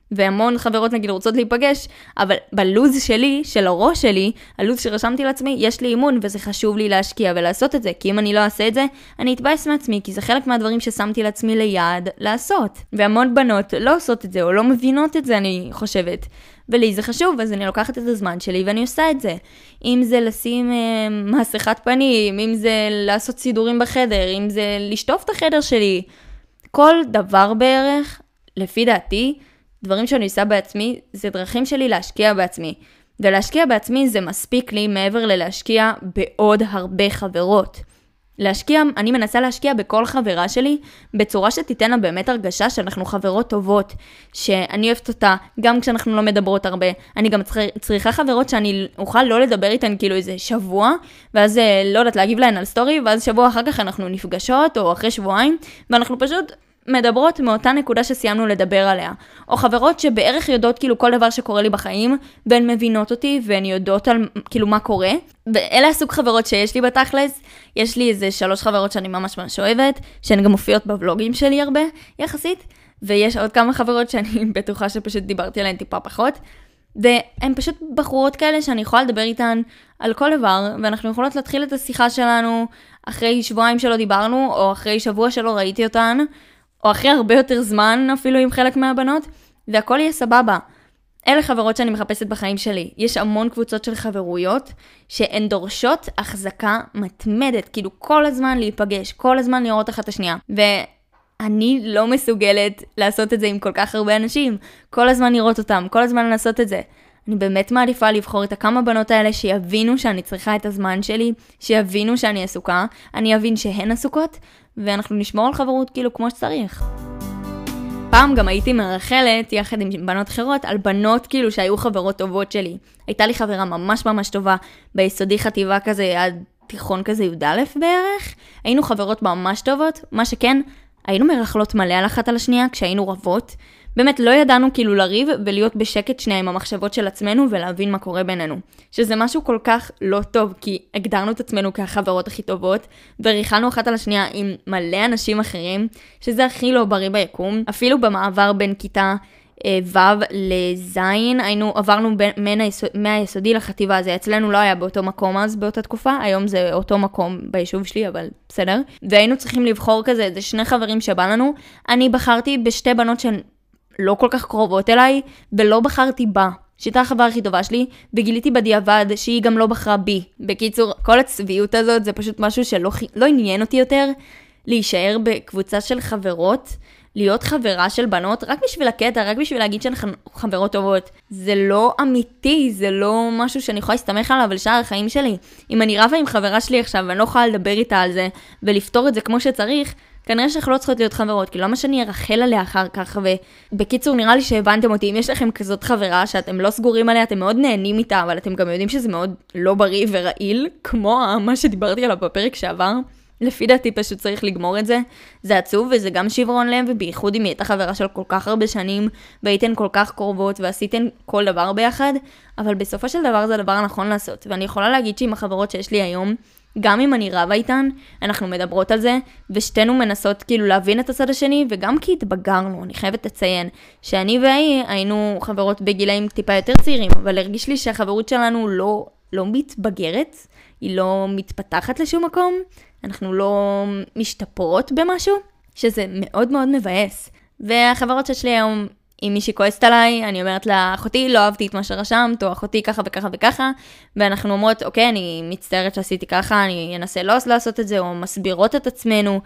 והמון חברות נגיד רוצות להיפגש, אבל בלוז שלי, של הראש שלי, הלוז שרשמתי לעצמי, יש לי אימון, וזה חשוב לי להשקיע ולעשות את זה, כי אם אני לא אעשה את זה, אני אתבאס מעצמי, כי זה חלק מהדברים ששמתי לעצמי ליעד לעשות. והמון בנות לא עושות את זה, או לא מבינות את זה, אני חושבת. ולי זה חשוב, אז אני לוקחת את הזמן שלי ואני עושה את זה. אם זה לשים אה, מסכת פנים, אם זה לעשות סידורים בחדר, אם זה לשטוף את החדר שלי, כל דבר בערך, לפי דעתי, דברים שאני עושה בעצמי, זה דרכים שלי להשקיע בעצמי. ולהשקיע בעצמי זה מספיק לי מעבר ללהשקיע בעוד הרבה חברות. להשקיע, אני מנסה להשקיע בכל חברה שלי, בצורה שתיתן לה באמת הרגשה שאנחנו חברות טובות, שאני אוהבת אותה, גם כשאנחנו לא מדברות הרבה. אני גם צריכה חברות שאני אוכל לא לדבר איתן כאילו איזה שבוע, ואז לא יודעת להגיב להן על סטורי, ואז שבוע אחר כך אנחנו נפגשות, או אחרי שבועיים, ואנחנו פשוט מדברות מאותה נקודה שסיימנו לדבר עליה. או חברות שבערך יודעות כאילו כל דבר שקורה לי בחיים, והן מבינות אותי, והן יודעות על כאילו מה קורה. ואלה הסוג חברות שיש לי בתכלס. יש לי איזה שלוש חברות שאני ממש ממש אוהבת, שהן גם מופיעות בבלוגים שלי הרבה, יחסית. ויש עוד כמה חברות שאני בטוחה שפשוט דיברתי עליהן טיפה פחות. והן פשוט בחורות כאלה שאני יכולה לדבר איתן על כל דבר, ואנחנו יכולות להתחיל את השיחה שלנו אחרי שבועיים שלא דיברנו, או אחרי שבוע שלא ראיתי אותן, או אחרי הרבה יותר זמן אפילו עם חלק מהבנות, והכל יהיה סבבה. אלה חברות שאני מחפשת בחיים שלי. יש המון קבוצות של חברויות שהן דורשות החזקה מתמדת, כאילו כל הזמן להיפגש, כל הזמן לראות אחת השנייה. ואני לא מסוגלת לעשות את זה עם כל כך הרבה אנשים, כל הזמן לראות אותם, כל הזמן לעשות את זה. אני באמת מעדיפה לבחור את הכמה בנות האלה שיבינו שאני צריכה את הזמן שלי, שיבינו שאני עסוקה, אני אבין שהן עסוקות, ואנחנו נשמור על חברות כאילו כמו שצריך. פעם גם הייתי מרחלת יחד עם בנות אחרות על בנות כאילו שהיו חברות טובות שלי. הייתה לי חברה ממש ממש טובה ביסודי חטיבה כזה עד תיכון כזה י"א בערך. היינו חברות ממש טובות, מה שכן, היינו מרחלות מלא על אחת על השנייה כשהיינו רבות. באמת לא ידענו כאילו לריב ולהיות בשקט שנייה עם המחשבות של עצמנו ולהבין מה קורה בינינו. שזה משהו כל כך לא טוב, כי הגדרנו את עצמנו כחברות הכי טובות, וריחלנו אחת על השנייה עם מלא אנשים אחרים, שזה הכי לא בריא ביקום. אפילו במעבר בין כיתה אה, ו' לזין, היינו, עברנו בין היסוד, מהיסודי לחטיבה הזה. אצלנו לא היה באותו מקום אז באותה תקופה, היום זה אותו מקום ביישוב שלי, אבל בסדר. והיינו צריכים לבחור כזה, זה שני חברים שבא לנו. אני בחרתי בשתי בנות שהן לא כל כך קרובות אליי, ולא בחרתי בה, שהייתה החברה הכי טובה שלי, וגיליתי בדיעבד שהיא גם לא בחרה בי. בקיצור, כל הצביעות הזאת זה פשוט משהו שלא לא עניין אותי יותר, להישאר בקבוצה של חברות, להיות חברה של בנות, רק בשביל הקטע, רק בשביל להגיד שהן חברות טובות. זה לא אמיתי, זה לא משהו שאני יכולה להסתמך עליו לשאר החיים שלי. אם אני רבה עם חברה שלי עכשיו, ואני לא יכולה לדבר איתה על זה, ולפתור את זה כמו שצריך, כנראה שאנחנו לא צריכות להיות חברות, כי למה שאני ארחל עליה אחר כך, ובקיצור נראה לי שהבנתם אותי, אם יש לכם כזאת חברה שאתם לא סגורים עליה, אתם מאוד נהנים איתה, אבל אתם גם יודעים שזה מאוד לא בריא ורעיל, כמו מה שדיברתי עליו בפרק שעבר, לפי דעתי פשוט צריך לגמור את זה. זה עצוב וזה גם שברון לב, ובייחוד אם היא הייתה חברה של כל כך הרבה שנים, והייתן כל כך קרובות ועשיתן כל דבר ביחד, אבל בסופו של דבר זה הדבר הנכון לעשות. ואני יכולה להגיד שעם החברות שיש לי היום, גם אם אני רבה איתן, אנחנו מדברות על זה, ושתינו מנסות כאילו להבין את הצד השני, וגם כי התבגרנו, אני חייבת לציין, שאני והיא היינו חברות בגילאים טיפה יותר צעירים, אבל הרגיש לי שהחברות שלנו לא, לא מתבגרת, היא לא מתפתחת לשום מקום, אנחנו לא משתפרות במשהו, שזה מאוד מאוד מבאס. והחברות שיש לי היום, אם מישהי כועסת עליי, אני אומרת לה, אחותי, לא אהבתי את מה שרשמת, או אחותי ככה וככה וככה, ואנחנו אומרות, אוקיי, אני מצטערת שעשיתי ככה, אני אנסה לא לעשות את זה, או מסבירות את עצמנו.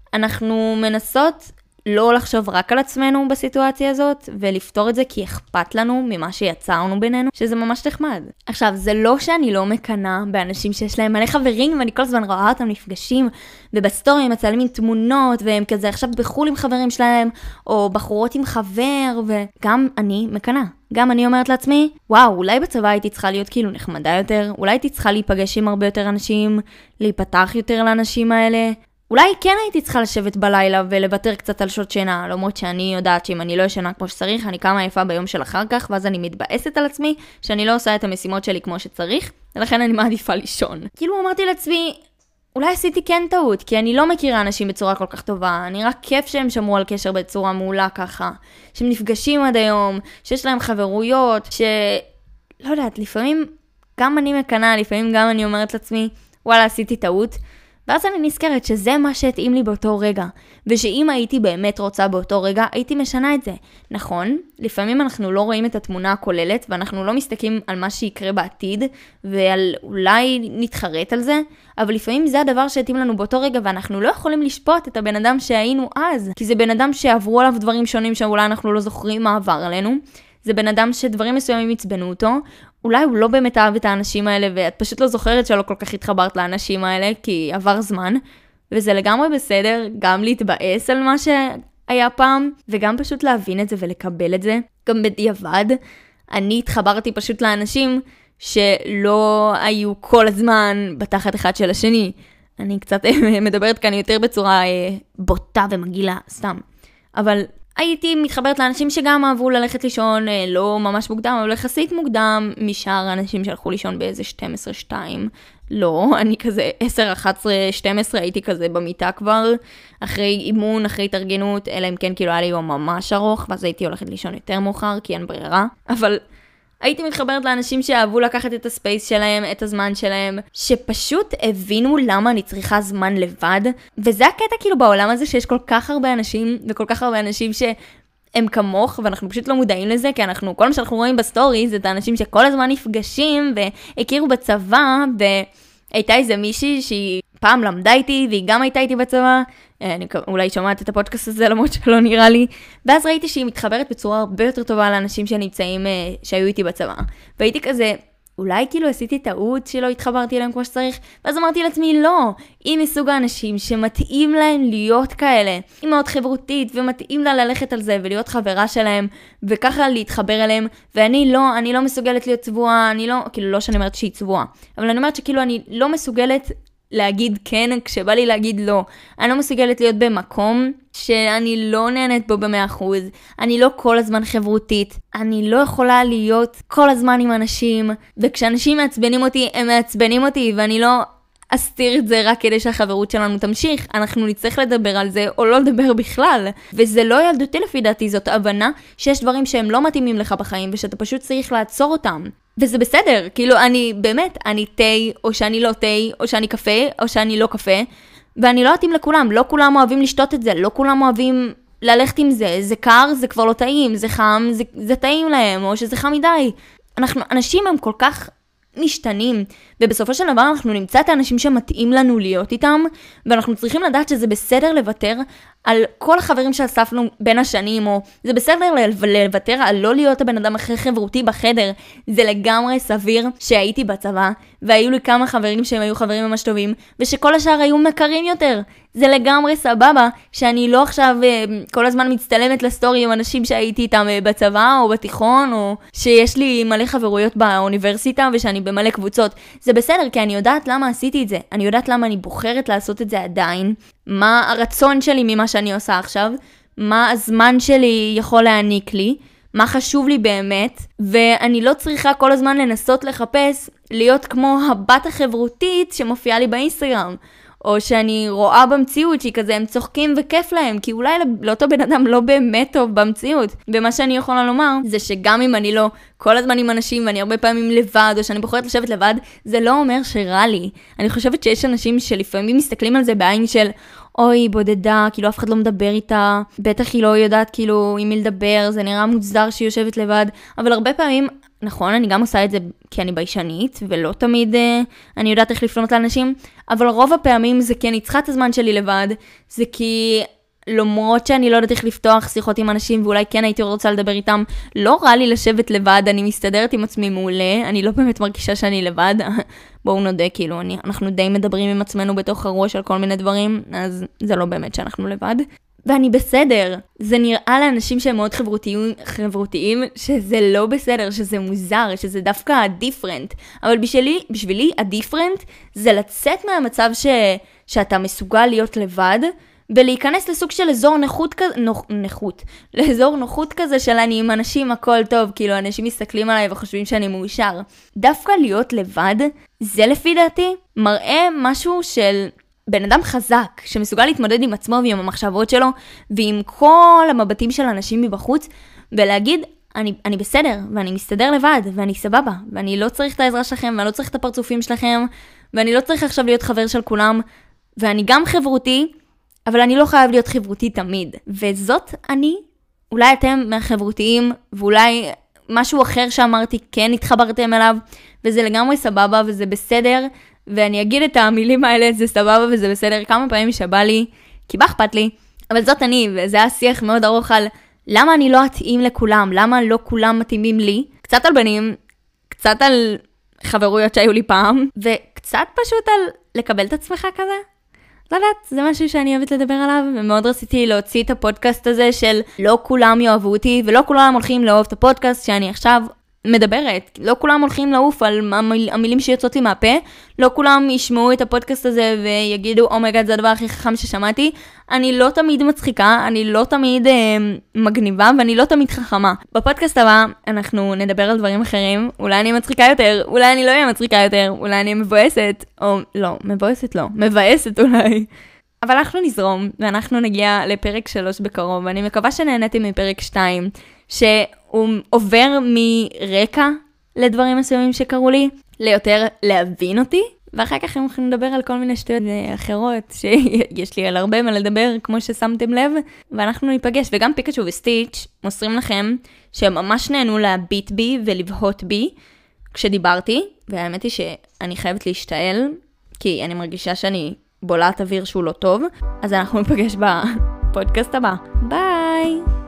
אנחנו מנסות לא לחשוב רק על עצמנו בסיטואציה הזאת, ולפתור את זה כי אכפת לנו ממה שיצרנו בינינו, שזה ממש נחמד. עכשיו, זה לא שאני לא מקנה באנשים שיש להם מלא חברים, ואני כל הזמן רואה אותם נפגשים, ובסטורי הם מצלמים תמונות, והם כזה עכשיו בחול עם חברים שלהם, או בחורות עם חבר, וגם אני מקנה. גם אני אומרת לעצמי, וואו, אולי בצבא הייתי צריכה להיות כאילו נחמדה יותר, אולי הייתי צריכה להיפגש עם הרבה יותר אנשים, להיפתח יותר לאנשים האלה, אולי כן הייתי צריכה לשבת בלילה ולוותר קצת על שעות שינה, למרות שאני יודעת שאם אני לא ישנה כמו שצריך, אני קמה יפה ביום של אחר כך, ואז אני מתבאסת על עצמי שאני לא עושה את המשימות שלי כמו שצריך, ולכן אני מעדיפה לישון. כאילו אמרתי לעצמי, אולי עשיתי כן טעות, כי אני לא מכירה אנשים בצורה כל כך טובה, אני רק כיף שהם שמרו על קשר בצורה מעולה ככה, שהם נפגשים עד היום, שיש להם חברויות, ש... לא יודעת, לפעמים גם אני מקנה, לפעמים גם אני אומרת לעצמי, וואלה, עשיתי טעות, ואז אני נזכרת שזה מה שהתאים לי באותו רגע, ושאם הייתי באמת רוצה באותו רגע, הייתי משנה את זה. נכון, לפעמים אנחנו לא רואים את התמונה הכוללת, ואנחנו לא מסתכלים על מה שיקרה בעתיד, ועל אולי נתחרט על זה, אבל לפעמים זה הדבר שהתאים לנו באותו רגע, ואנחנו לא יכולים לשפוט את הבן אדם שהיינו אז, כי זה בן אדם שעברו עליו דברים שונים, שאולי אנחנו לא זוכרים מה עבר עלינו, זה בן אדם שדברים מסוימים הצבנו אותו, אולי הוא לא באמת אהב את האנשים האלה, ואת פשוט לא זוכרת שלא כל כך התחברת לאנשים האלה, כי עבר זמן, וזה לגמרי בסדר, גם להתבאס על מה שהיה פעם, וגם פשוט להבין את זה ולקבל את זה. גם בדיעבד, אני התחברתי פשוט לאנשים שלא היו כל הזמן בתחת אחד של השני. אני קצת מדברת כאן יותר בצורה אה, בוטה ומגילה, סתם. אבל הייתי מתחברת לאנשים שגם אהבו ללכת לישון, לא ממש מוקדם, אבל יחסית מוקדם משאר האנשים שהלכו לישון באיזה שתים עשרה שתיים. לא, אני כזה עשר, אחת עשרה, שתים עשרה הייתי כזה במיטה כבר, אחרי אימון, אחרי התארגנות, אלא אם כן כאילו היה לי יום ממש ארוך, ואז הייתי הולכת לישון יותר מאוחר, כי אין ברירה. אבל הייתי מתחברת לאנשים שאהבו לקחת את הספייס שלהם, את הזמן שלהם, שפשוט הבינו למה אני צריכה זמן לבד. וזה הקטע כאילו בעולם הזה שיש כל כך הרבה אנשים, וכל כך הרבה אנשים שהם כמוך, ואנחנו פשוט לא מודעים לזה, כי אנחנו, כל מה שאנחנו רואים בסטורי, זה את האנשים שכל הזמן נפגשים, והכירו בצבא, והייתה איזה מישהי שהיא פעם למדה איתי, והיא גם הייתה איתי בצבא, אני אולי שומעת את הפודקאסט הזה, למרות שלא נראה לי. ואז ראיתי שהיא מתחברת בצורה הרבה יותר טובה לאנשים שנמצאים, שהיו איתי בצבא. והייתי כזה, אולי כאילו עשיתי טעות שלא התחברתי אליהם כמו שצריך. ואז אמרתי לעצמי, לא, היא מסוג האנשים שמתאים להם להיות כאלה. היא מאוד חברותית ומתאים לה ללכת על זה ולהיות חברה שלהם, וככה להתחבר אליהם. ואני לא, אני לא מסוגלת להיות צבועה, אני לא, כאילו לא שאני אומרת שהיא צבועה, אבל אני אומרת שכאילו אני לא מסוגלת להגיד כן כשבא לי להגיד לא. אני לא מסוגלת להיות במקום שאני לא נהנית בו במאה אחוז. אני לא כל הזמן חברותית. אני לא יכולה להיות כל הזמן עם אנשים. וכשאנשים מעצבנים אותי, הם מעצבנים אותי, ואני לא אסתיר את זה רק כדי שהחברות שלנו תמשיך. אנחנו נצטרך לדבר על זה או לא לדבר בכלל. וזה לא ילדותי לפי דעתי, זאת הבנה שיש דברים שהם לא מתאימים לך בחיים ושאתה פשוט צריך לעצור אותם. וזה בסדר, כאילו אני באמת, אני תה, או שאני לא תה, או שאני קפה, או שאני לא קפה, ואני לא אתאים לכולם, לא כולם אוהבים לשתות את זה, לא כולם אוהבים ללכת עם זה, זה קר, זה כבר לא טעים, זה חם, זה, זה טעים להם, או שזה חם מדי. אנחנו, אנשים הם כל כך משתנים, ובסופו של דבר אנחנו נמצא את האנשים שמתאים לנו להיות איתם, ואנחנו צריכים לדעת שזה בסדר לוותר על כל החברים שאספנו בין השנים, או זה בסדר לוותר על לא להיות הבן אדם הכי חברותי בחדר. זה לגמרי סביר שהייתי בצבא, והיו לי כמה חברים שהם היו חברים ממש טובים, ושכל השאר היו מכרים יותר. זה לגמרי סבבה שאני לא עכשיו כל הזמן מצטלמת לסטורי עם אנשים שהייתי איתם בצבא או בתיכון, או שיש לי מלא חברויות באוניברסיטה ושאני במלא קבוצות. זה בסדר, כי אני יודעת למה עשיתי את זה. אני יודעת למה אני בוחרת לעשות את זה עדיין. מה הרצון שלי ממה שאני עושה עכשיו. מה הזמן שלי יכול להעניק לי. מה חשוב לי באמת. ואני לא צריכה כל הזמן לנסות לחפש להיות כמו הבת החברותית שמופיעה לי באינסטגרם. או שאני רואה במציאות שהיא כזה, הם צוחקים וכיף להם, כי אולי לאותו בן אדם לא באמת טוב במציאות. ומה שאני יכולה לומר, זה שגם אם אני לא כל הזמן עם אנשים, ואני הרבה פעמים לבד, או שאני בוחרת לשבת לבד, זה לא אומר שרע לי. אני חושבת שיש אנשים שלפעמים מסתכלים על זה בעין של, אוי, בודדה, כאילו אף אחד לא מדבר איתה, בטח היא לא יודעת כאילו עם מי לדבר, זה נראה מוצדר שהיא יושבת לבד, אבל הרבה פעמים, נכון, אני גם עושה את זה כי אני ביישנית, ולא תמיד אה, אני יודעת איך לפנות לאנשים, אבל רוב הפעמים זה כי אני צריכה את הזמן שלי לבד, זה כי למרות שאני לא יודעת איך לפתוח שיחות עם אנשים, ואולי כן הייתי רוצה לדבר איתם, לא רע לי לשבת לבד, אני מסתדרת עם עצמי מעולה, אני לא באמת מרגישה שאני לבד, בואו נודה, כאילו, אני, אנחנו די מדברים עם עצמנו בתוך הראש על כל מיני דברים, אז זה לא באמת שאנחנו לבד. ואני בסדר. זה נראה לאנשים שהם מאוד חברותיים, חברותיים, שזה לא בסדר, שזה מוזר, שזה דווקא הדיפרנט. אבל בשבילי, בשבילי הדיפרנט זה לצאת מהמצב ש, שאתה מסוגל להיות לבד, ולהיכנס לסוג של אזור נוחות כזה, נוח, נוחות, לאזור נוחות כזה של אני עם אנשים הכל טוב, כאילו אנשים מסתכלים עליי וחושבים שאני מאושר. דווקא להיות לבד, זה לפי דעתי, מראה משהו של בן אדם חזק, שמסוגל להתמודד עם עצמו ועם המחשבות שלו, ועם כל המבטים של אנשים מבחוץ, ולהגיד, אני, אני בסדר, ואני מסתדר לבד, ואני סבבה, ואני לא צריך את העזרה שלכם, ואני לא צריך את הפרצופים שלכם, ואני לא צריך עכשיו להיות חבר של כולם, ואני גם חברותי, אבל אני לא חייב להיות חברותי תמיד. וזאת אני, אולי אתם מהחברותיים, ואולי משהו אחר שאמרתי כן התחברתם אליו, וזה לגמרי סבבה, וזה בסדר, ואני אגיד את המילים האלה, זה סבבה וזה בסדר, כמה פעמים שבא לי, כי מה אכפת לי, אבל זאת אני, וזה היה שיח מאוד ארוך על למה אני לא אתאים לכולם, למה לא כולם מתאימים לי, קצת על בנים, קצת על חברויות שהיו לי פעם, וקצת פשוט על לקבל את עצמך כזה. לא יודעת, זה משהו שאני אוהבת לדבר עליו, ומאוד רציתי להוציא את הפודקאסט הזה של לא כולם יאהבו אותי, ולא כולם הולכים לאהוב את הפודקאסט שאני עכשיו מדברת. לא כולם הולכים לעוף על המיל, המילים שיוצאות לי מהפה, לא כולם ישמעו את הפודקאסט הזה ויגידו, אומייגאד, זה הדבר הכי חכם ששמעתי. אני לא תמיד מצחיקה, אני לא תמיד אה, מגניבה, ואני לא תמיד חכמה. בפודקאסט הבא אנחנו נדבר על דברים אחרים, אולי אני מצחיקה יותר, אולי אני לא אהיה מצחיקה יותר, אולי אני מבואסת, או לא, מבואסת לא, מבאסת אולי. אבל אנחנו נזרום, ואנחנו נגיע לפרק שלוש בקרוב, ואני מקווה שנהניתם מפרק שתיים, שהוא עובר מרקע לדברים מסוימים שקרו לי, ליותר להבין אותי, ואחר כך אנחנו נדבר על כל מיני שטויות אחרות, שיש לי על הרבה מה לדבר, כמו ששמתם לב, ואנחנו ניפגש, וגם פיקאצ'ו וסטיץ' מוסרים לכם, שהם ממש נהנו להביט בי ולבהות בי, כשדיברתי, והאמת היא שאני חייבת להשתעל, כי אני מרגישה שאני בולעת אוויר שהוא לא טוב, אז אנחנו ניפגש בפודקאסט הבא. ביי!